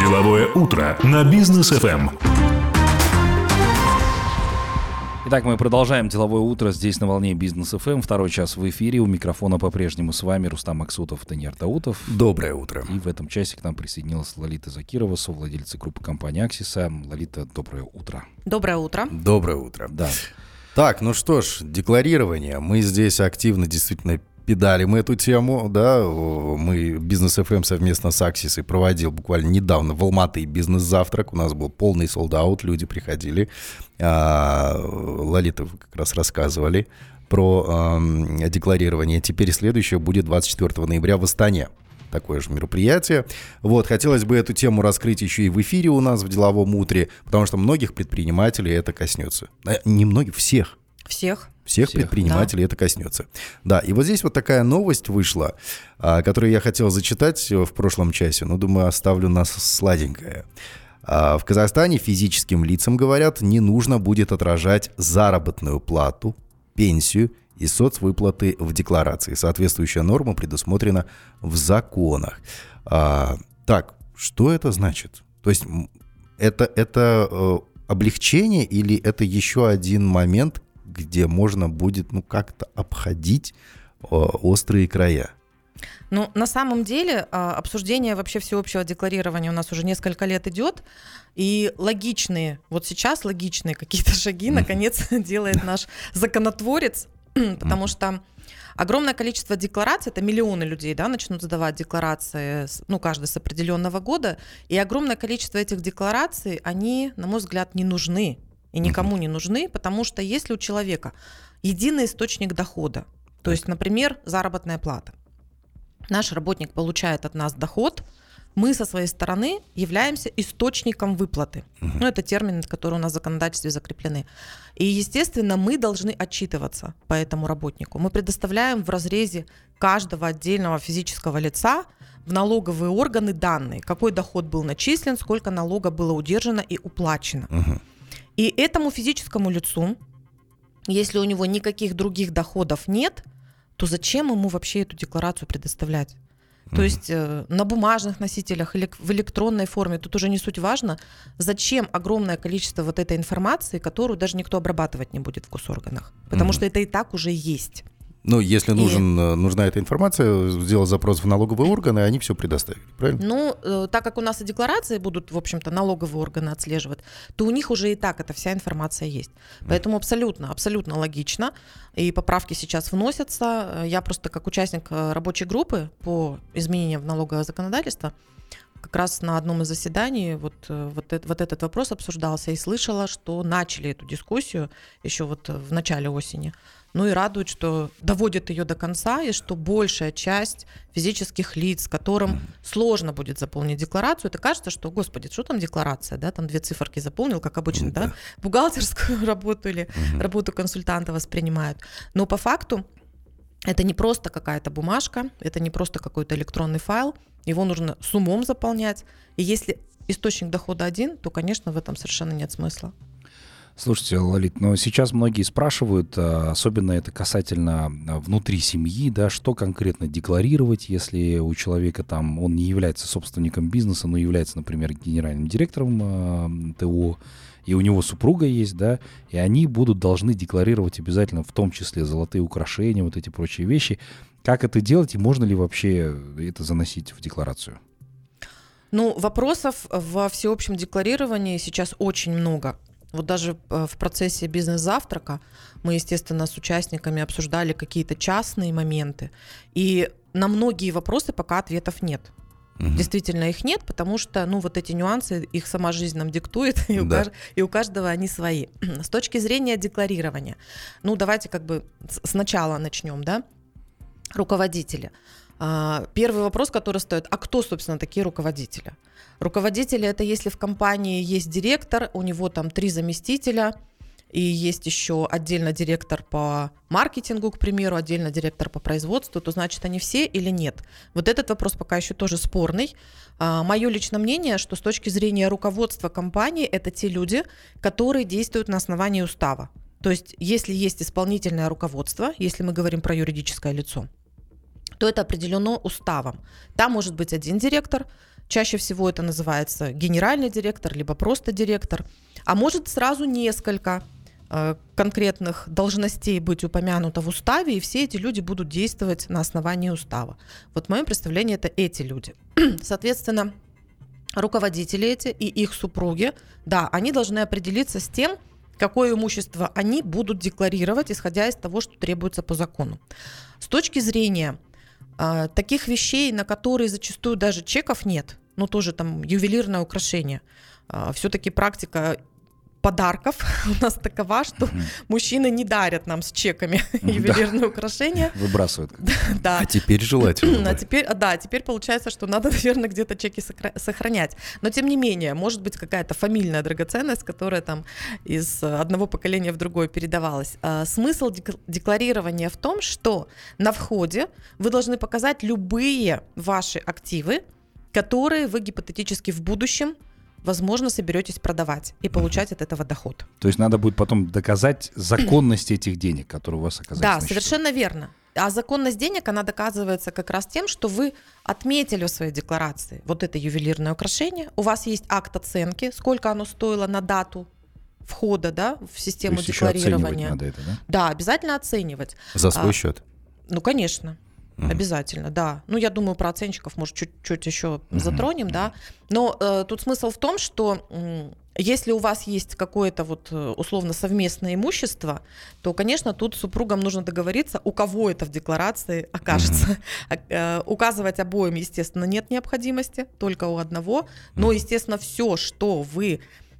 Деловое утро на Бизнес ФМ. Итак, мы продолжаем деловое утро здесь на волне Бизнес ФМ. Второй час в эфире. У микрофона по-прежнему с вами Рустам Максутов, Даниил Даутов. Доброе утро. И в этом часе к нам присоединилась Лолита Закирова, совладельца группы компании «Аксиса». Лолита, доброе утро. Доброе утро. Доброе утро. Да. Так, ну что ж, декларирование. Мы здесь активно действительно педалим эту тему, да. Мы Бизнес ФМ совместно с Аксисой проводил буквально недавно в Алматы бизнес-завтрак. У нас был полный солд-аут, люди приходили. Лолита, вы как раз рассказывали про декларирование. Теперь следующее будет 24 ноября в Астане. Такое же мероприятие. Вот, хотелось бы эту тему раскрыть еще и в эфире у нас в деловом утре, потому что многих предпринимателей это коснется. Не многих, всех. Всех предпринимателей это коснется. Да, и вот здесь вот такая новость вышла, которую я хотел зачитать в прошлом часе, но, думаю, оставлю нас сладенькое. В Казахстане физическим лицам, говорят, не нужно будет отражать заработную плату, пенсию и соцвыплаты в декларации. Соответствующая норма предусмотрена в законах. Так, что это значит? То есть это облегчение или это еще один момент, где можно будет как-то обходить острые края? Ну, на самом деле, обсуждение вообще всеобщего декларирования у нас уже несколько лет идет, и вот сейчас логичные какие-то шаги, наконец, делает наш законотворец, потому что огромное количество деклараций, это миллионы людей, да, начнут сдавать декларации, каждый с определенного года, и огромное количество этих деклараций, они, на мой взгляд, не нужны. И никому не нужны, потому что если у человека единый источник дохода, то есть, например, заработная плата, наш работник получает от нас доход, мы со своей стороны являемся источником выплаты. Это термины, которые у нас в законодательстве закреплены. И, естественно, мы должны отчитываться по этому работнику. Мы предоставляем в разрезе каждого отдельного физического лица в налоговые органы данные, какой доход был начислен, сколько налога было удержано и уплачено. И этому физическому лицу, если у него никаких других доходов нет, то зачем ему вообще эту декларацию предоставлять? То есть на бумажных носителях или в электронной форме, тут уже не суть важно, зачем огромное количество вот этой информации, которую даже никто обрабатывать не будет в госорганах, потому что это и так уже есть. Ну, если нужна эта информация, сделать запрос в налоговые органы, они все предоставили, правильно? Так как у нас и декларации будут, в общем-то, налоговые органы отслеживать, то у них уже и так эта вся информация есть. Поэтому абсолютно логично. И поправки сейчас вносятся. Я просто как участник рабочей группы по изменениям в налоговое законодательство как раз на одном из заседаний вот этот вопрос обсуждался и слышала, что начали эту дискуссию еще в начале осени. И радует, что доводят ее до конца, и что большая часть физических лиц, которым сложно будет заполнить декларацию, это кажется, что, господи, что там декларация, да, там 2 циферки заполнил, как обычно, да, бухгалтерскую работу или работу консультанта воспринимают. Но по факту это не просто какая-то бумажка, это не просто какой-то электронный файл, его нужно с умом заполнять, и если источник дохода один, то, конечно, в этом совершенно нет смысла. Слушайте, Лолит, но сейчас многие спрашивают, особенно это касательно внутри семьи, да, что конкретно декларировать, если у человека он не является собственником бизнеса, но является, например, генеральным директором ТО, и у него супруга есть, да, и они должны декларировать обязательно, в том числе золотые украшения, вот эти прочие вещи. Как это делать и можно ли вообще это заносить в декларацию? Вопросов во всеобщем декларировании сейчас очень много. Вот даже в процессе бизнес-завтрака мы, естественно, с участниками обсуждали какие-то частные моменты, и на многие вопросы пока ответов нет. Действительно их нет, потому что вот эти нюансы, их сама жизнь нам диктует, и у каждого они свои. С точки зрения декларирования, давайте сначала начнем, да, руководители. Первый вопрос, который стоит, а кто, собственно, такие руководители? Руководители — это если в компании есть директор, у него там 3 заместителя, и есть еще отдельно директор по маркетингу, к примеру, отдельно директор по производству, то значит они все или нет? Вот этот вопрос пока еще тоже спорный. Мое личное мнение, что с точки зрения руководства компании это те люди, которые действуют на основании устава. То есть если есть исполнительное руководство, если мы говорим про юридическое лицо, то это определено уставом. Там может быть один директор, Чаще всего это называется генеральный директор, либо просто директор. А может сразу несколько конкретных должностей быть упомянуто в уставе, и все эти люди будут действовать на основании устава. Вот в моем представлении это эти люди. Соответственно, руководители эти и их супруги, да, они должны определиться с тем, какое имущество они будут декларировать, исходя из того, что требуется по закону. С точки зрения таких вещей, на которые зачастую даже чеков нет, ну тоже там ювелирное украшение, все-таки практика подарков у нас такова, что мужчины не дарят нам с чеками ювелирные украшения. Выбрасывают. Да. А теперь желательно. Теперь получается, что надо, наверное, где-то чеки сохранять. Но тем не менее, может быть какая-то фамильная драгоценность, которая там из одного поколения в другое передавалась. Смысл декларирования в том, что на входе вы должны показать любые ваши активы, которые вы гипотетически в будущем возможно, соберетесь продавать и получать от этого доход. То есть надо будет потом доказать законность этих денег, которые у вас оказались на счету. Да, совершенно верно. А законность денег, она доказывается как раз тем, что вы отметили в своей декларации вот это ювелирное украшение, у вас есть акт оценки, сколько оно стоило на дату входа, да, в систему декларирования. Надо это, да? Да, обязательно оценивать. За свой счет? Ну, конечно. Обязательно, да. Ну, я думаю, про оценщиков, может, чуть-чуть еще затронем, да. Но тут смысл в том, что если у вас есть какое-то вот условно совместное имущество, то, конечно, тут супругам нужно договориться, у кого это в декларации окажется. Указывать обоим, естественно, нет необходимости, только у одного. Но, естественно, все, что вы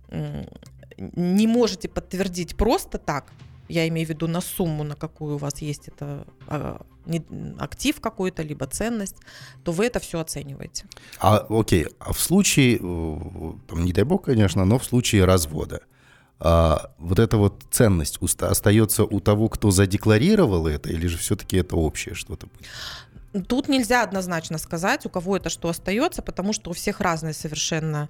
не можете подтвердить просто так, я имею в виду на сумму, на какую у вас есть это актив какой-то, либо ценность, то вы это все оцениваете. Окей, а в случае, не дай бог, конечно, но в случае развода, вот эта вот ценность остается у того, кто задекларировал это, или же все-таки это общее что-то будет? Тут нельзя однозначно сказать, у кого это что остается, потому что у всех разные совершенно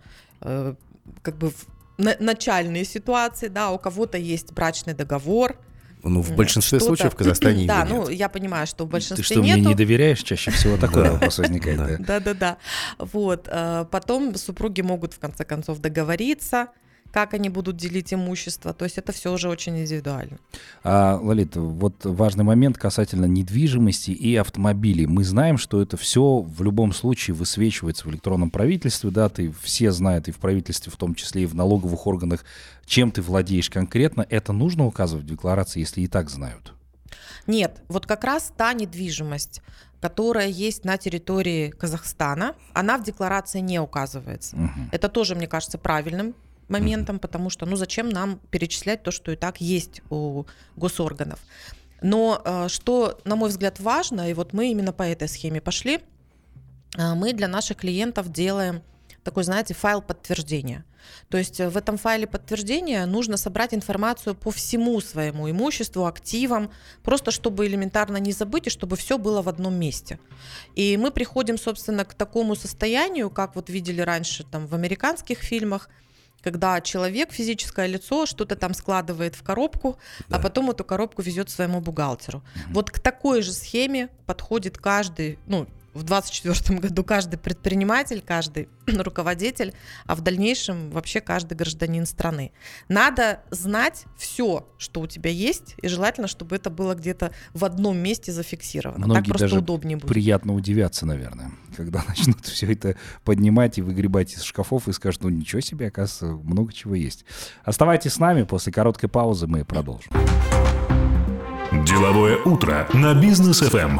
начальные ситуации, да, у кого-то есть брачный договор. Ну, в большинстве случаев в Казахстане его нет. Да, ну, я понимаю, что в большинстве нету. Ты что, мне не доверяешь? Чаще всего такой вопрос возникает. Да. Вот. Потом супруги могут, в конце концов, договориться, как они будут делить имущество. То есть это все уже очень индивидуально. Лолит, вот важный момент касательно недвижимости и автомобилей. Мы знаем, что это все в любом случае высвечивается в электронном правительстве, да, все знают и в правительстве, в том числе и в налоговых органах, чем ты владеешь конкретно. Это нужно указывать в декларации, если и так знают? Нет, вот как раз та недвижимость, которая есть на территории Казахстана, она в декларации не указывается. Это тоже, мне кажется, правильным моментом, потому что, зачем нам перечислять то, что и так есть у госорганов. Но что, на мой взгляд, важно, и вот мы именно по этой схеме пошли, мы для наших клиентов делаем такой, знаете, файл подтверждения. То есть в этом файле подтверждения нужно собрать информацию по всему своему имуществу, активам, просто чтобы элементарно не забыть, и чтобы все было в одном месте. И мы приходим, собственно, к такому состоянию, как вот видели раньше там в американских фильмах, когда человек, физическое лицо, что-то там складывает в коробку, а потом эту коробку везет своему бухгалтеру. Вот к такой же схеме подходит каждый, в 2024 году каждый предприниматель, каждый руководитель, а в дальнейшем вообще каждый гражданин страны. Надо знать все, что у тебя есть, и желательно, чтобы это было где-то в одном месте зафиксировано. Многие так просто даже удобнее будет. Приятно удивятся, наверное, когда начнут все это поднимать и выгребать из шкафов и скажут, ничего себе, оказывается, много чего есть. Оставайтесь с нами, после короткой паузы мы продолжим. Деловое утро на Бизнес ФМ.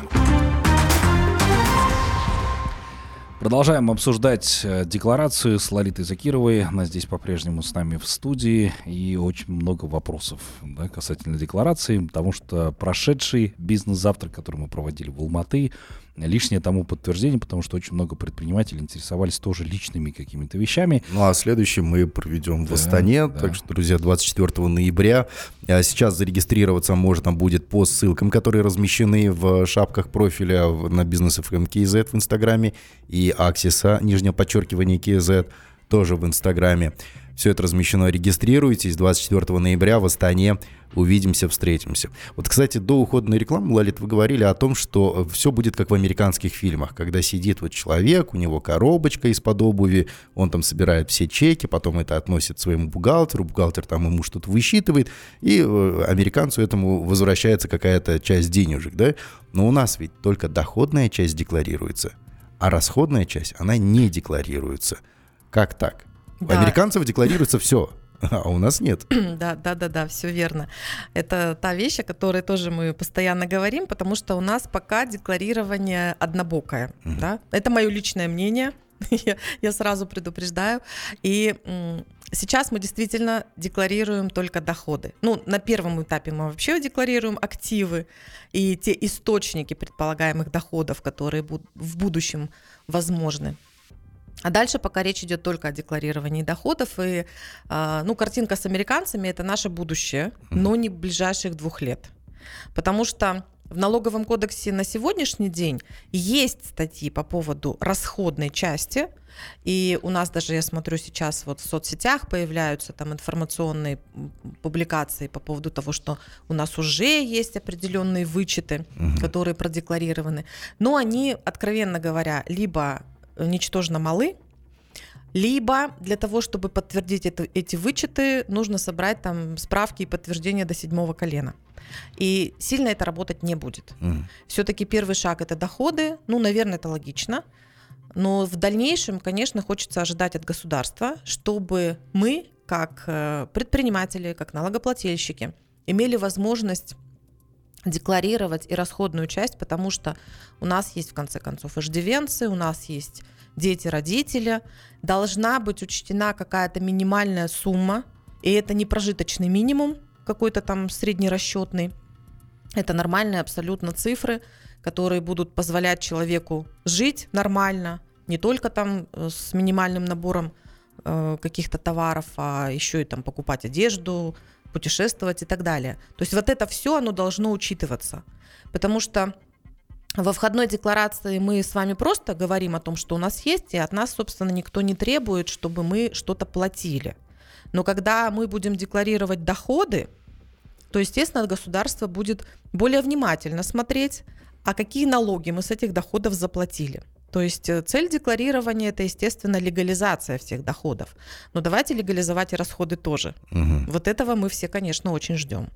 Продолжаем обсуждать декларацию с Лолитой Закировой. Она здесь по-прежнему с нами в студии. И очень много вопросов касательно декларации, потому что прошедший бизнес-завтрак, который мы проводили в Алматы, лишнее тому подтверждение, потому что очень много предпринимателей интересовались тоже личными какими-то вещами. Ну а следующий мы проведем в Астане. Так что, друзья, 24 ноября. Сейчас зарегистрироваться можно будет по ссылкам, которые размещены в шапках профиля на Business FM KZ в Инстаграме и Аксиса, _KZ. тоже в Инстаграме. Все это размещено. Регистрируйтесь 24 ноября в Астане. Увидимся, встретимся. Вот, кстати, до ухода на рекламу, Лолит, вы говорили о том, что все будет как в американских фильмах, когда сидит вот человек, у него коробочка из-под обуви, он там собирает все чеки, потом это относит своему бухгалтеру, бухгалтер там ему что-то высчитывает, и американцу этому возвращается какая-то часть денежек, да? Но у нас ведь только доходная часть декларируется, а расходная часть, она не декларируется. Как так? У американцев декларируется все, а у нас нет. Да, все верно. Это та вещь, о которой тоже мы постоянно говорим, потому что у нас пока декларирование однобокое. Да? Это мое личное мнение, я сразу предупреждаю. И сейчас мы действительно декларируем только доходы. Ну, на первом этапе мы вообще декларируем активы и те источники предполагаемых доходов, которые в будущем возможны. А дальше пока речь идет только о декларировании доходов. И, картинка с американцами – это наше будущее, но не ближайших 2 лет. Потому что в налоговом кодексе на сегодняшний день есть статьи по поводу расходной части. И у нас даже, я смотрю, сейчас вот в соцсетях появляются там информационные публикации по поводу того, что у нас уже есть определенные вычеты, которые продекларированы. Но они, откровенно говоря, либо ничтожно малы, либо для того, чтобы подтвердить эти вычеты, нужно собрать там справки и подтверждения до 7-го колена. И сильно это работать не будет. Все-таки первый шаг – это доходы. Ну, наверное, это логично. Но в дальнейшем, конечно, хочется ожидать от государства, чтобы мы, как предприниматели, как налогоплательщики, имели возможность декларировать и расходную часть, потому что у нас есть, в конце концов, иждивенцы, у нас есть дети, родители. Должна быть учтена какая-то минимальная сумма, и это не прожиточный минимум, какой-то там среднерасчетный. Это нормальные абсолютно цифры, которые будут позволять человеку жить нормально, не только там с минимальным набором каких-то товаров, а еще и там покупать одежду, путешествовать и так далее. То есть вот это все, оно должно учитываться. Потому что во входной декларации мы с вами просто говорим о том, что у нас есть, и от нас, собственно, никто не требует, чтобы мы что-то платили. Но когда мы будем декларировать доходы, то, естественно, государство будет более внимательно смотреть, а какие налоги мы с этих доходов заплатили. То есть цель декларирования – это, естественно, легализация всех доходов. Но давайте легализовать и расходы тоже. Вот этого мы все, конечно, очень ждем.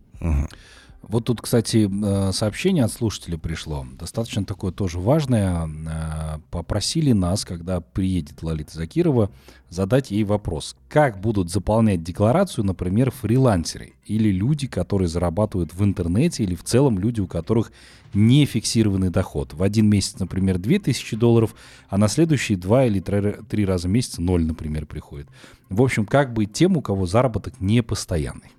Вот тут, кстати, сообщение от слушателя пришло. Достаточно такое тоже важное. Попросили нас, когда приедет Лолита Закирова, задать ей вопрос. Как будут заполнять декларацию, например, фрилансеры или люди, которые зарабатывают в интернете, или в целом люди, у которых не фиксированный доход. В один месяц, например, $2000, а на следующие 2 или 3 раза в месяц 0, например, приходит. В общем, как быть тем, у кого заработок не постоянный?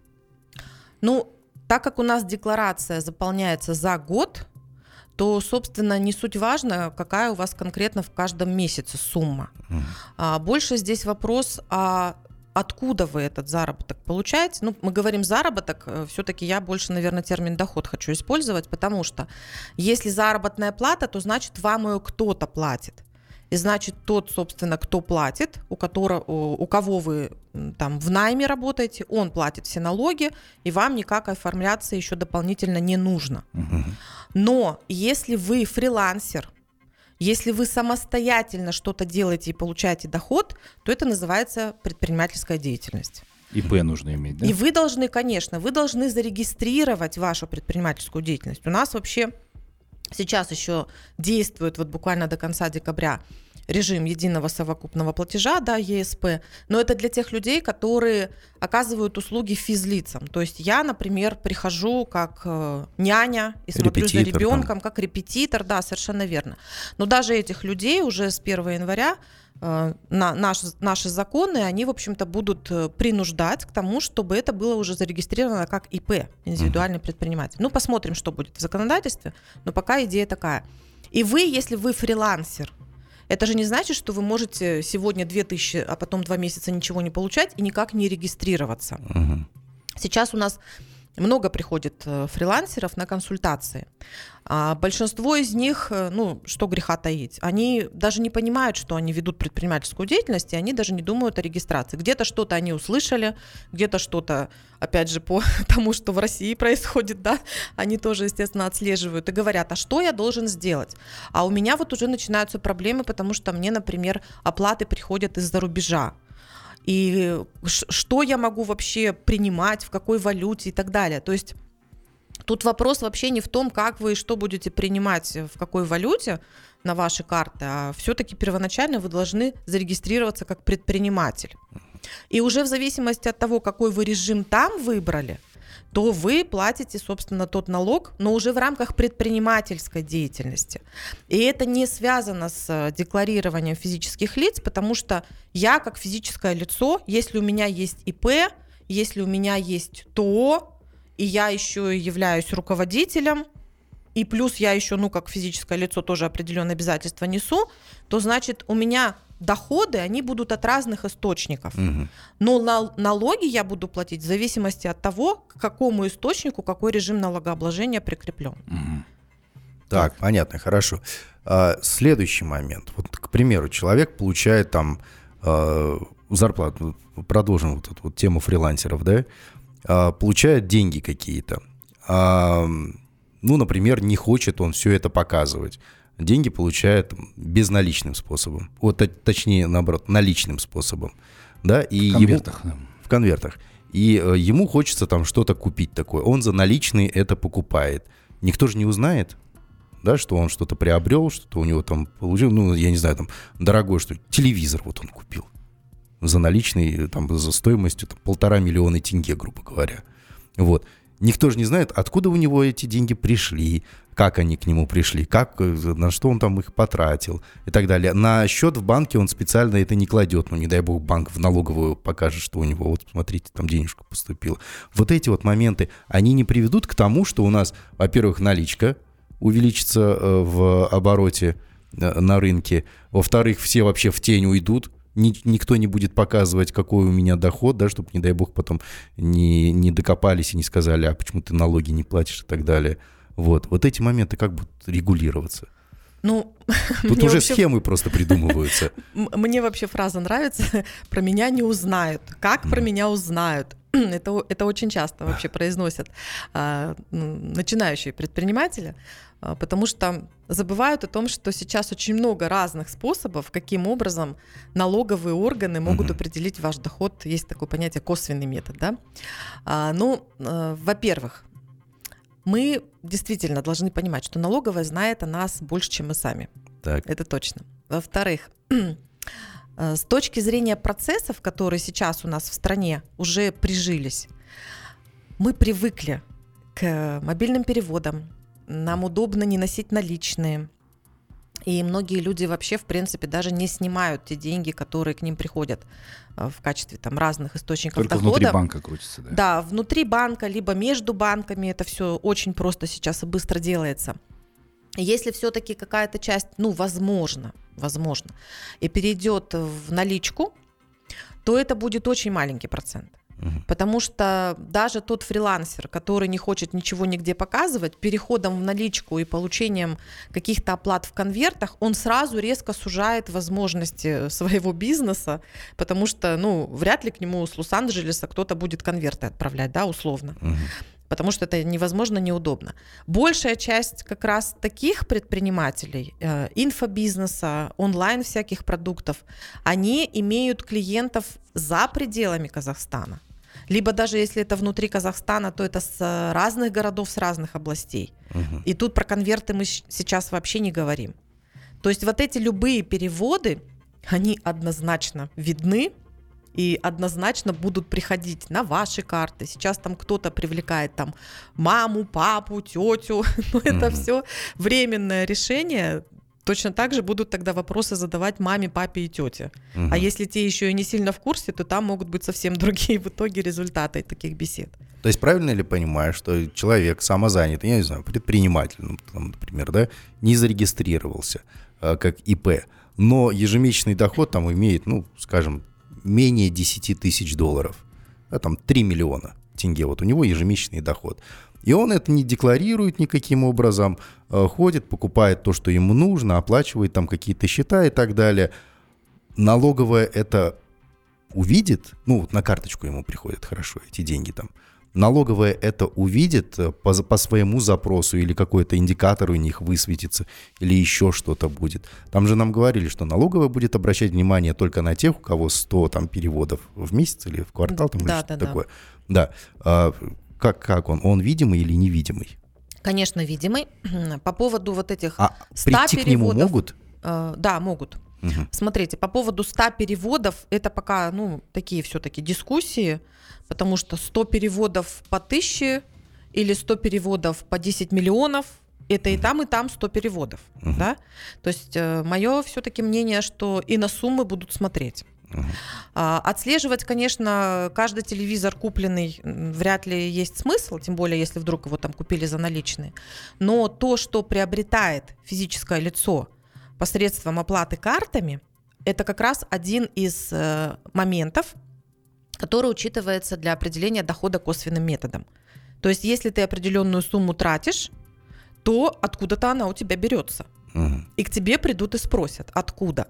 Так как у нас декларация заполняется за год, то, собственно, не суть важно, какая у вас конкретно в каждом месяце сумма. Больше здесь вопрос, откуда вы этот заработок получаете. Мы говорим заработок, все-таки я больше, наверное, термин доход хочу использовать, потому что если заработная плата, то значит вам ее кто-то платит. И значит, тот, собственно, кто платит, у кого вы там в найме работаете, он платит все налоги, и вам никак оформляться еще дополнительно не нужно. Но если вы фрилансер, если вы самостоятельно что-то делаете и получаете доход, то это называется предпринимательская деятельность. ИП нужно иметь, да? И вы должны, конечно, зарегистрировать вашу предпринимательскую деятельность. У нас вообще сейчас еще действует буквально до конца декабря режим единого совокупного платежа, да, ЕСП, но это для тех людей, которые оказывают услуги физлицам. То есть я, например, прихожу как няня и смотрю за ребенком, как репетитор, да, совершенно верно. Но даже этих людей уже с 1 января наши законы, они, в общем-то, будут принуждать к тому, чтобы это было уже зарегистрировано как ИП, индивидуальный предприниматель. Посмотрим, что будет в законодательстве, но пока идея такая. И вы, если вы фрилансер, это же не значит, что вы можете сегодня 2000, а потом 2 месяца ничего не получать и никак не регистрироваться. Сейчас у нас много приходит фрилансеров на консультации. Большинство из них, что греха таить, они даже не понимают, что они ведут предпринимательскую деятельность, и они даже не думают о регистрации. Где-то что-то они услышали, где-то что-то, опять же, по тому, что в России происходит, да, они тоже, естественно, отслеживают и говорят, а что я должен сделать? А у меня вот уже начинаются проблемы, потому что мне, например, оплаты приходят из-за рубежа. И что я могу вообще принимать, в какой валюте и так далее. То есть тут вопрос вообще не в том, как вы и что будете принимать, в какой валюте на ваши карты, а все-таки первоначально вы должны зарегистрироваться как предприниматель. И уже в зависимости от того, какой вы режим там выбрали, то вы платите, собственно, тот налог, но уже в рамках предпринимательской деятельности. И это не связано с декларированием физических лиц, потому что я, как физическое лицо, если у меня есть ИП, если у меня есть ТО, и я еще являюсь руководителем, и плюс я еще, как физическое лицо, тоже определенные обязательства несу, то, значит, у меня доходы, они будут от разных источников. Угу. Но налоги я буду платить в зависимости от того, к какому источнику, какой режим налогообложения прикреплен. Угу. Так, понятно, хорошо. Следующий момент. Вот, к примеру, человек получает там зарплату, продолжим вот эту вот тему фрилансеров, да, получает деньги какие-то. Например, не хочет он все это показывать. Деньги получает безналичным способом. Точнее, наоборот, наличным способом. Да? И в конвертах. В конвертах. И ему хочется там что-то купить такое. Он за наличные это покупает. Никто же не узнает, да, что он что-то приобрел, что-то у него там получил. Я не знаю, там дорогой что-то. Телевизор вот он купил. За наличные, там, за стоимостью 1,5 миллиона тенге, грубо говоря. Вот. Никто же не знает, откуда у него эти деньги пришли, как они к нему пришли, на что он там их потратил и так далее. На счет в банке он специально это не кладет. Не дай бог, банк в налоговую покажет, что у него, вот смотрите, там денежка поступила. Вот эти вот моменты, они не приведут к тому, что у нас, во-первых, наличка увеличится в обороте на рынке, во-вторых, все вообще в тень уйдут. Никто не будет показывать, какой у меня доход, да, чтобы, не дай бог, потом не докопались и не сказали, а почему ты налоги не платишь и так далее. Вот эти моменты как будут регулироваться? Тут уже вообще схемы просто придумываются. Мне вообще фраза нравится: «Про меня не узнают». Как про меня узнают? Это очень часто вообще произносят начинающие предприниматели, потому что забывают о том, что сейчас очень много разных способов, каким образом налоговые органы могут определить ваш доход. Есть такое понятие косвенный метод. Да? Во-первых, мы действительно должны понимать, что налоговая знает о нас больше, чем мы сами. Так. Это точно. Во-вторых, с точки зрения процессов, которые сейчас у нас в стране уже прижились, мы привыкли к мобильным переводам, нам удобно не носить наличные. И многие люди вообще, в принципе, даже не снимают те деньги, которые к ним приходят в качестве разных источников только дохода. Внутри банка крутится, да? Да, внутри банка, либо между банками. Это все очень просто сейчас и быстро делается. Если все-таки какая-то часть, возможно, и перейдет в наличку, то это будет очень маленький процент. Потому что даже тот фрилансер, который не хочет ничего нигде показывать, переходом в наличку и получением каких-то оплат в конвертах, он сразу резко сужает возможности своего бизнеса, потому что, вряд ли к нему с Лос-Анджелеса кто-то будет конверты отправлять, да, условно. Потому что это невозможно, неудобно. Большая часть как раз таких предпринимателей, инфобизнеса, онлайн всяких продуктов, они имеют клиентов за пределами Казахстана. Либо даже если это внутри Казахстана, то это с разных городов, с разных областей. И тут про конверты мы сейчас вообще не говорим. То есть вот эти любые переводы, они однозначно видны, и однозначно будут приходить на ваши карты. Сейчас там кто-то привлекает маму, папу, тетю. Но это все временное решение. Точно так же будут тогда вопросы задавать маме, папе и тете. А если те еще и не сильно в курсе, то там могут быть совсем другие в итоге результаты таких бесед. То есть правильно ли понимаю, что человек самозанятый, я не знаю, предприниматель, например, да, не зарегистрировался как ИП, но ежемесячный доход имеет, скажем, менее $10 тысяч, да, 3 миллиона тенге. Вот у него ежемесячный доход. И он это не декларирует никаким образом, ходит, покупает то, что ему нужно, оплачивает там какие-то счета и так далее. Налоговая это увидит, ну, вот на карточку ему приходят, хорошо, эти деньги там. Налоговая это увидит по своему запросу или какой-то индикатор у них высветится, или еще что-то будет. Там же нам говорили, что налоговая будет обращать внимание только на тех, у кого 100 там, переводов в месяц или в квартал, там, или что-то такое. Да. Как он? Он видимый или невидимый? Конечно, видимый. По поводу вот этих 100 прийти переводов... к нему могут? Да, могут. Угу. Смотрите, по поводу 100 переводов, это пока, такие все-таки дискуссии, потому что 100 переводов по 1000 или 100 переводов по 10 миллионов, это и там 100 переводов, да? То есть мое все-таки мнение, что и на суммы будут смотреть. Отслеживать, конечно, каждый телевизор купленный вряд ли есть смысл, тем более, если вдруг его там купили за наличные. Но то, что приобретает физическое лицо посредством оплаты картами, это как раз один из моментов, который учитывается для определения дохода косвенным методом. То есть, если ты определенную сумму тратишь, то откуда-то она у тебя берется. И к тебе придут и спросят, откуда.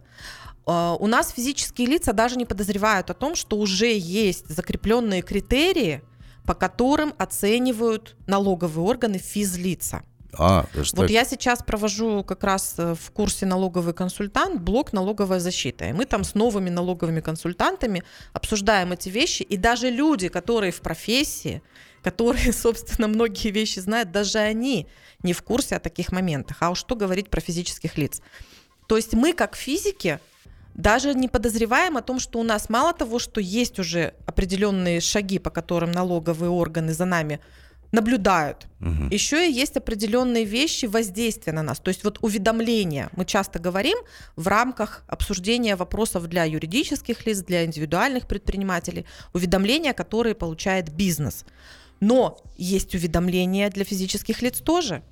У нас физические лица даже не подозревают о том, что уже есть закрепленные критерии, по которым оценивают налоговые органы физлица. Даже вот так. я сейчас провожу как раз в курсе «Налоговый консультант» блок «Налоговая защита». И мы там с новыми налоговыми консультантами обсуждаем эти вещи. И даже люди, которые в профессии, которые, собственно, многие вещи знают, даже они не в курсе о таких моментах. А уж что говорить про физических лиц. То есть мы, как физики, даже не подозреваем о том, что у нас мало того, что есть уже определенные шаги, по которым налоговые органы за нами наблюдают, еще и есть определенные вещи воздействия на нас. То есть вот уведомления, мы часто говорим в рамках обсуждения вопросов для юридических лиц, для индивидуальных предпринимателей, уведомления, которые получает бизнес. Но есть уведомления для физических лиц тоже,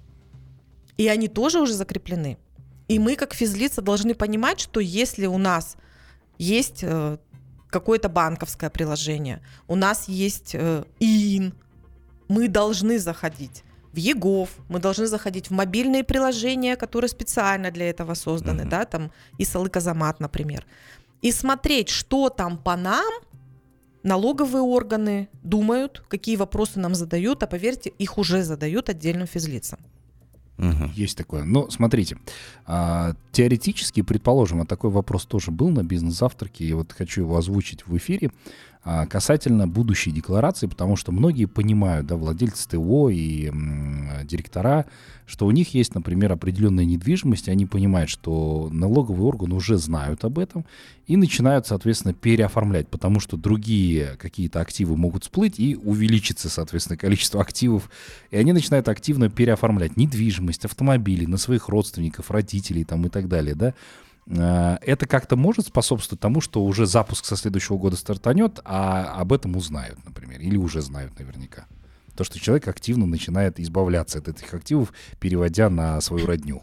и они тоже уже закреплены. И мы, как физлица, должны понимать, что если у нас есть какое-то банковское приложение, у нас есть ИИН, мы должны заходить в ЕГОВ, мы должны заходить в мобильные приложения, которые специально для этого созданы, да, там ИСАЛ Казамат, например, и смотреть, что там по нам налоговые органы думают, какие вопросы нам задают, а поверьте, их уже задают отдельным физлицам. Есть такое. Но смотрите, теоретически, предположим, такой вопрос тоже был на бизнес-завтраке, и вот хочу его озвучить в эфире, касательно будущей декларации, потому что многие понимают, да, владельцы ТО и директора, что у них есть, например, определенная недвижимость, и они понимают, что налоговые органы уже знают об этом и начинают, соответственно, переоформлять, потому что другие какие-то активы могут всплыть и увеличится, соответственно, количество активов, и они начинают активно переоформлять недвижимость, автомобили на своих родственников, родителей там, и так далее, да. Это как-то может способствовать тому, что уже запуск со следующего года стартанет, а об этом узнают, например, или уже знают наверняка. То, что человек активно начинает избавляться от этих активов, переводя на свою родню.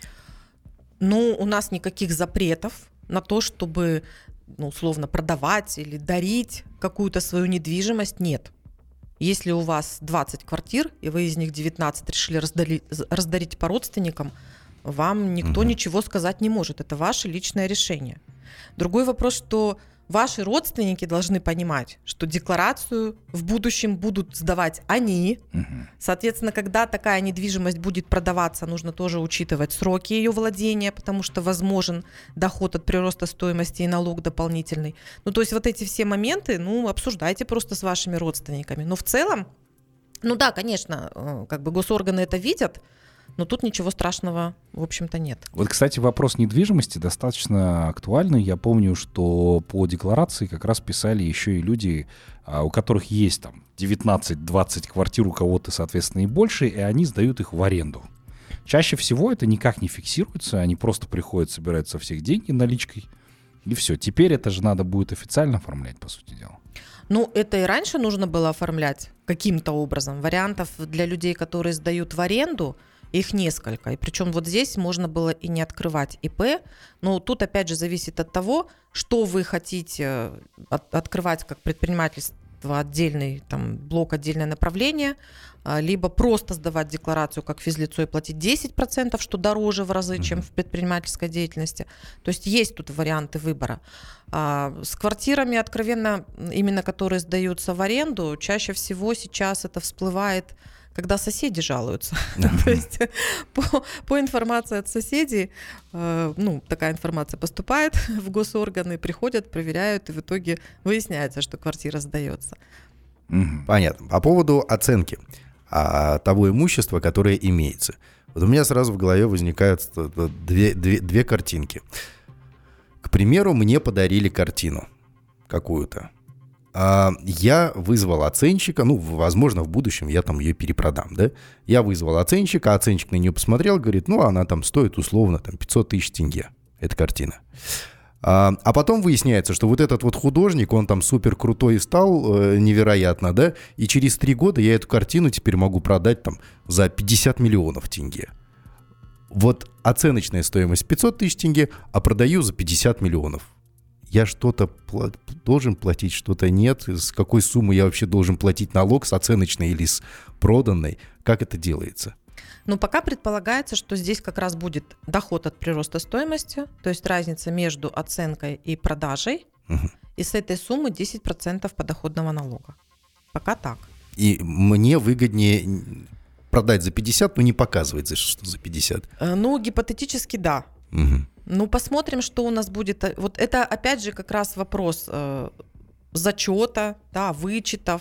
У нас никаких запретов на то, чтобы, условно, продавать или дарить какую-то свою недвижимость, нет. Если у вас 20 квартир, и вы из них 19 решили раздарить по родственникам, вам никто ничего сказать не может. Это ваше личное решение. Другой вопрос, что ваши родственники должны понимать, что декларацию в будущем будут сдавать они. Соответственно, когда такая недвижимость будет продаваться, нужно тоже учитывать сроки ее владения, потому что возможен доход от прироста стоимости и налог дополнительный. То есть вот эти все моменты, обсуждайте просто с вашими родственниками. Но в целом, да, конечно, как бы госорганы это видят, но тут ничего страшного, в общем-то, нет. Вот, кстати, вопрос недвижимости достаточно актуальный. Я помню, что по декларации как раз писали еще и люди, у которых есть там 19-20 квартир, у кого-то, соответственно, и больше, и они сдают их в аренду. Чаще всего это никак не фиксируется, они просто приходят, собирают со всех деньги наличкой, и все. Теперь это же надо будет официально оформлять, по сути дела. Это и раньше нужно было оформлять каким-то образом. Вариантов для людей, которые сдают в аренду, их несколько. И причем вот здесь можно было и не открывать ИП, но тут опять же зависит от того, что вы хотите открывать как предприниматель имущество отдельный там, блок, отдельное направление, либо просто сдавать декларацию как физлицо и платить 10%, что дороже в разы, чем в предпринимательской деятельности. То есть есть тут варианты выбора. С квартирами, откровенно, именно которые сдаются в аренду, чаще всего сейчас это всплывает, когда соседи жалуются. То есть по информации от соседей, такая информация поступает в госорганы, приходят, проверяют, и в итоге выясняется, что квартира сдается. Понятно. По поводу оценки того имущества, которое имеется. Вот у меня сразу в голове возникают две картинки. К примеру, мне подарили картину какую-то. Я вызвал оценщика, возможно, в будущем я там ее перепродам, да? Я вызвал оценщика, оценщик на нее посмотрел, говорит, она там стоит условно 500 тысяч тенге, эта картина. А потом выясняется, что вот этот вот художник, он там супер крутой стал, невероятно, да? И через 3 года я эту картину теперь могу продать там за 50 миллионов тенге. Вот оценочная стоимость 500 тысяч тенге, а продаю за 50 миллионов. Я что-то должен платить, что-то нет. С какой суммы я вообще должен платить налог, с оценочной или с проданной? Как это делается? Пока предполагается, что здесь как раз будет доход от прироста стоимости, то есть разница между оценкой и продажей, и с этой суммы 10% подоходного налога. Пока так. И мне выгоднее продать за 50, но не показывать, что за 50. Гипотетически да. Посмотрим, что у нас будет. Вот это, опять же, как раз вопрос зачета, вычетов,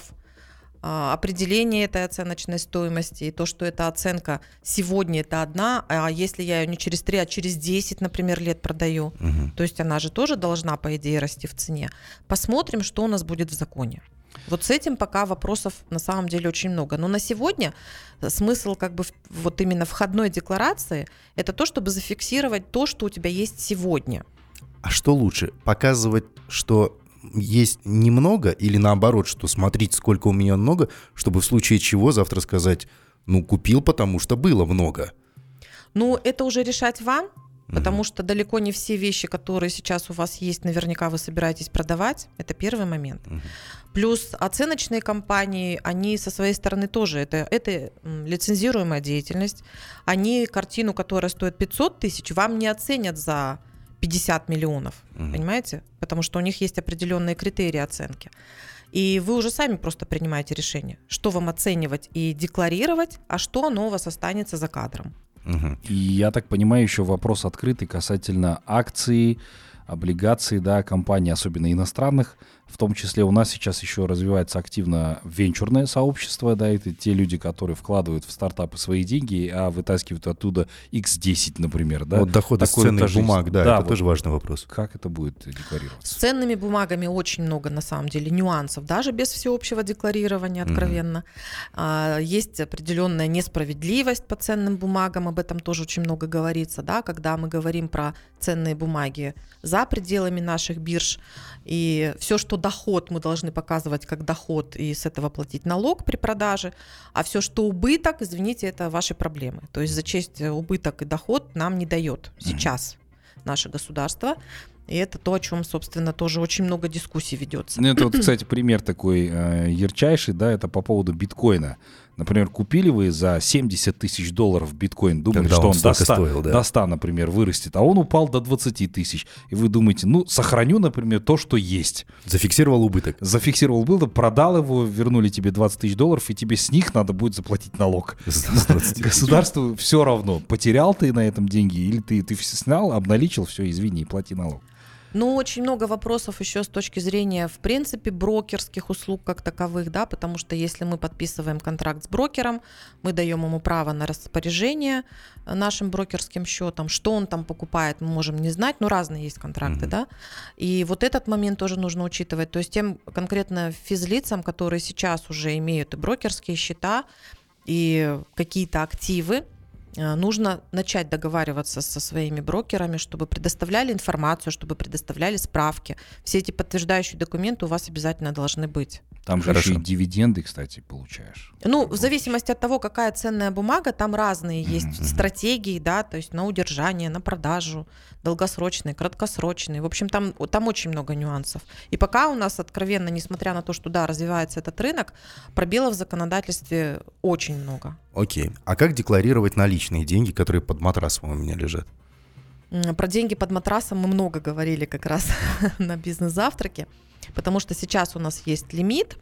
определения этой оценочной стоимости. И то, что эта оценка сегодня это одна, а если я ее не через 3, а через 10, например, лет продаю, то есть она же тоже должна, по идее, расти в цене. Посмотрим, что у нас будет в законе. Вот с этим пока вопросов на самом деле очень много. Но на сегодня смысл вот именно входной декларации – это то, чтобы зафиксировать то, что у тебя есть сегодня. А что лучше? Показывать, что есть немного, или наоборот, что смотрите, сколько у меня много, чтобы в случае чего завтра сказать, купил, потому что было много? Это уже решать вам. Потому что далеко не все вещи, которые сейчас у вас есть, наверняка вы собираетесь продавать. Это первый момент. Плюс оценочные компании, они со своей стороны тоже, это лицензируемая деятельность. Они картину, которая стоит 500 тысяч, вам не оценят за 50 миллионов. Понимаете? Потому что у них есть определенные критерии оценки. И вы уже сами просто принимаете решение, что вам оценивать и декларировать, а что оно у вас останется за кадром. И я так понимаю, еще вопрос открытый касательно акций, облигаций, компаний, особенно иностранных. В том числе у нас сейчас еще развивается активно венчурное сообщество, это те люди, которые вкладывают в стартапы свои деньги, а вытаскивают оттуда X10, например, Вот доход из ценных бумаг, это тоже важный вопрос. Как это будет декларироваться? С ценными бумагами очень много, на самом деле, нюансов, даже без всеобщего декларирования, откровенно. Есть определенная несправедливость по ценным бумагам, об этом тоже очень много говорится, когда мы говорим про ценные бумаги за пределами наших бирж, и все, что доход, мы должны показывать как доход и с этого платить налог при продаже, а все, что убыток, извините, это ваши проблемы. То есть зачесть убыток и доход нам не дает сейчас наше государство. И это то, о чем, собственно, тоже очень много дискуссий ведется. Это кстати, пример такой ярчайший, это по поводу биткоина. Например, купили вы за $70 тысяч биткоин, думали, когда что он до 100, например, вырастет, а он упал до 20 тысяч. И вы думаете, сохраню, например, то, что есть. Зафиксировал убыток, продал его, вернули тебе $20 тысяч, и тебе с них надо будет заплатить налог. Государству все равно, потерял ты на этом деньги, или ты снял, обналичил, все, извини, плати налог. Очень много вопросов еще с точки зрения, в принципе, брокерских услуг как таковых, потому что если мы подписываем контракт с брокером, мы даем ему право на распоряжение нашим брокерским счетом, что он там покупает, мы можем не знать, разные есть контракты, и вот этот момент тоже нужно учитывать, то есть тем конкретно физлицам, которые сейчас уже имеют и брокерские счета, и какие-то активы, нужно начать договариваться со своими брокерами, чтобы предоставляли информацию, чтобы предоставляли справки. Все эти подтверждающие документы у вас обязательно должны быть. Там же Хорошо. еще и дивиденды, кстати, получаешь. Ну, в зависимости от того, какая ценная бумага, там разные есть стратегии, да, то есть на удержание, на продажу, долгосрочные, краткосрочные. В общем, там очень много нюансов. И пока у нас, откровенно, несмотря на то, что, да, развивается этот рынок, пробелов в законодательстве очень много. Окей. А как декларировать наличные деньги, которые под матрасом у меня лежат? Про деньги под матрасом мы много говорили как раз на бизнес-завтраке, потому что сейчас у нас есть лимит,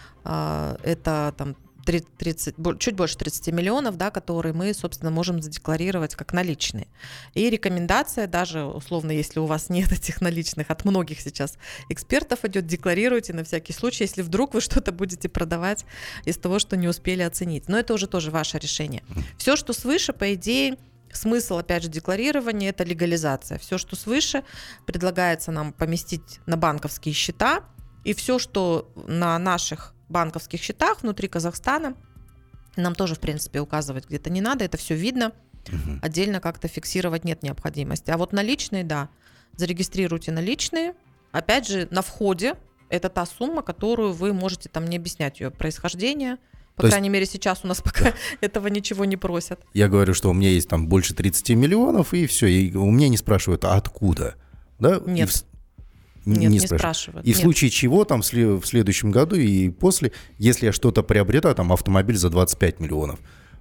это там 30, чуть больше 30 миллионов, да, которые мы, собственно, можем задекларировать как наличные. И рекомендация, даже условно, если у вас нет этих наличных, от многих сейчас экспертов идет, декларируйте на всякий случай, если вдруг вы что-то будете продавать из того, что не успели оценить. Но это уже тоже ваше решение. Все, что свыше, по идее, смысл, опять же, декларирования – это легализация. Все, что свыше, предлагается нам поместить на банковские счета, и все, что на наших банковских счетах внутри Казахстана, нам тоже, в принципе, указывать где-то не надо, это все видно, отдельно как-то фиксировать нет необходимости. А вот наличные, да, зарегистрируйте наличные, опять же, на входе это та сумма, которую вы можете там не объяснять ее происхождение. По крайней мере, сейчас у нас пока этого ничего не просят. Я говорю, что у меня есть там больше 30 миллионов, и все. И у меня не спрашивают, а откуда? Да? Нет. Нет, не спрашивают. И в случае чего там в следующем году и после, если я что-то приобретаю, там автомобиль за 25 миллионов,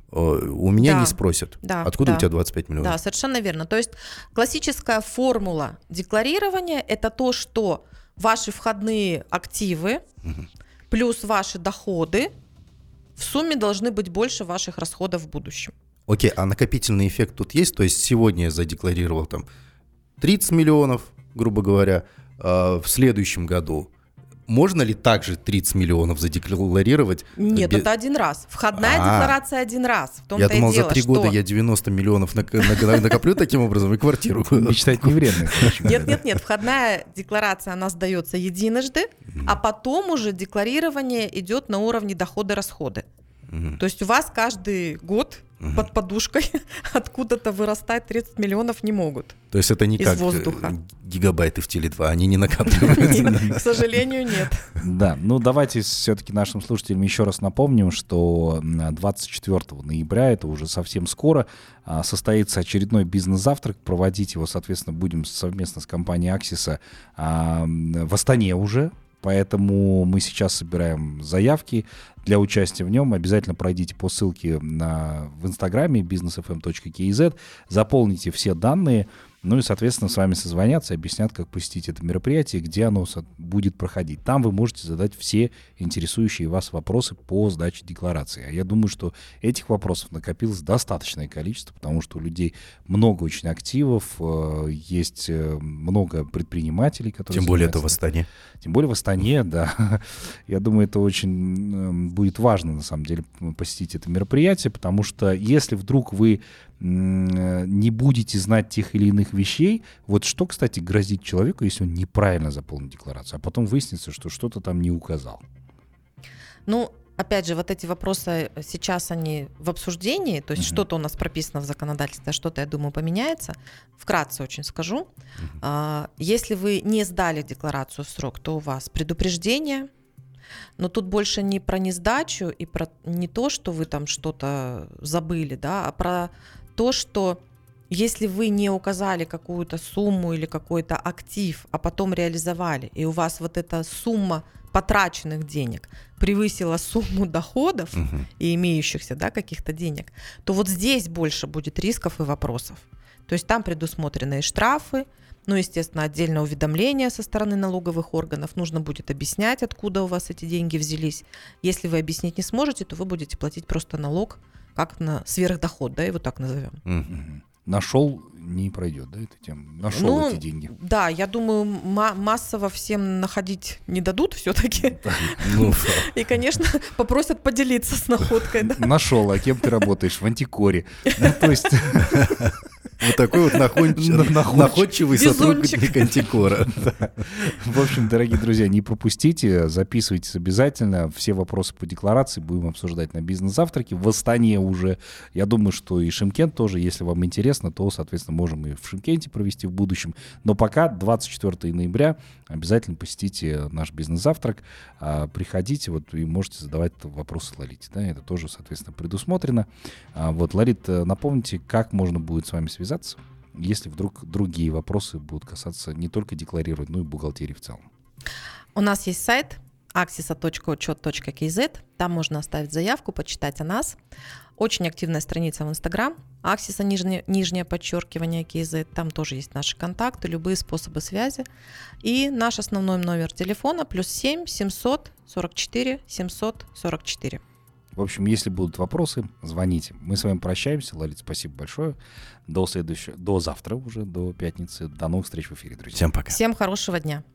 у меня не спросят, откуда у тебя 25 миллионов. Да, совершенно верно. То есть классическая формула декларирования – это то, что ваши входные активы плюс ваши доходы в сумме должны быть больше ваших расходов в будущем. Окей, а накопительный эффект тут есть? То есть сегодня я задекларировал там 30 миллионов, грубо говоря, в следующем году можно ли также 30 миллионов задекларировать? Нет, это один раз. Входная декларация один раз. В том-то я думал, и дело, за 3 года я 90 миллионов накоплю таким образом и квартиру. Мечтать не вредно. Нет. Входная декларация, она сдается единожды, а потом уже декларирование идет на уровне доходы-расходы. То есть у вас каждый год под подушкой откуда-то вырастать 30 миллионов не могут. То есть это не из как воздуха. Гигабайты в Теле2, они не накапливаются. К сожалению, нет. Да, ну давайте все-таки нашим слушателям еще раз напомним, что 24 ноября, это уже совсем скоро, состоится очередной бизнес-завтрак. Проводить его, соответственно, будем совместно с компанией Axis в Астане уже. Поэтому мы сейчас собираем заявки для участия в нем. Обязательно пройдите по ссылке в инстаграме businessfm.kz, заполните все данные, ну и, соответственно, с вами созвонятся и объяснят, как посетить это мероприятие, где оно будет проходить. Там вы можете задать все интересующие вас вопросы по сдаче декларации. А я думаю, что этих вопросов накопилось достаточное количество, потому что у людей много очень активов, есть много предпринимателей, которые... Тем более это в Астане. Тем более в Астане, да. Я думаю, это очень будет важно, на самом деле, посетить это мероприятие, потому что если вдруг вы не будете знать тех или иных вещей, вот что, кстати, грозит человеку, если он неправильно заполнит декларацию, а потом выяснится, что что-то там не указал? Ну, опять же, вот эти вопросы сейчас, они в обсуждении, то есть что-то у нас прописано в законодательстве, а что-то, я думаю, поменяется. Вкратце очень скажу. Если вы не сдали декларацию в срок, то у вас предупреждение, но тут больше не про несдачу и про не то, что вы там что-то забыли, да, а про то, что если вы не указали какую-то сумму или какой-то актив, а потом реализовали, и у вас вот эта сумма потраченных денег превысила сумму доходов и имеющихся, да, каких-то денег, то вот здесь больше будет рисков и вопросов. То есть там предусмотрены и штрафы, ну, естественно, отдельное уведомление со стороны налоговых органов. Нужно будет объяснять, откуда у вас эти деньги взялись. Если вы объяснить не сможете, то вы будете платить просто налог, как на сверхдоход, да, его так назовем. Нашел, не пройдет, да, эта тема? Нашел эти деньги. Да, я думаю, массово всем находить не дадут все-таки. И, конечно, попросят поделиться с находкой. Нашел, а кем ты работаешь? В Антикоре. То есть... Вот такой вот находчивый сотрудник Везунчик. Антикора. В общем, дорогие друзья, не пропустите, записывайтесь обязательно. Все вопросы по декларации будем обсуждать на бизнес-завтраке. В Астане уже, я думаю, что и Шымкент тоже, если вам интересно, то, соответственно, можем и в Шымкенте провести в будущем. Но пока 24 ноября обязательно посетите наш бизнес-завтрак. Приходите, вот, и можете задавать вопросы Лолите. Да, это тоже, соответственно, предусмотрено. Вот, Лолит, напомните, как можно будет с вами связаться, если вдруг другие вопросы будут касаться не только декларирования, но и бухгалтерии в целом. У нас есть сайт axisa.учет.kz. Там можно оставить заявку, почитать о нас. Очень активная страница в Инстаграм. Axisa, нижнее подчеркивание, KZ. Там тоже есть наши контакты, любые способы связи. И наш основной номер телефона +7 744 744. В общем, если будут вопросы, звоните. Мы с вами прощаемся. Лолит, спасибо большое. До завтра уже, до пятницы. До новых встреч в эфире, друзья. Всем пока. Всем хорошего дня.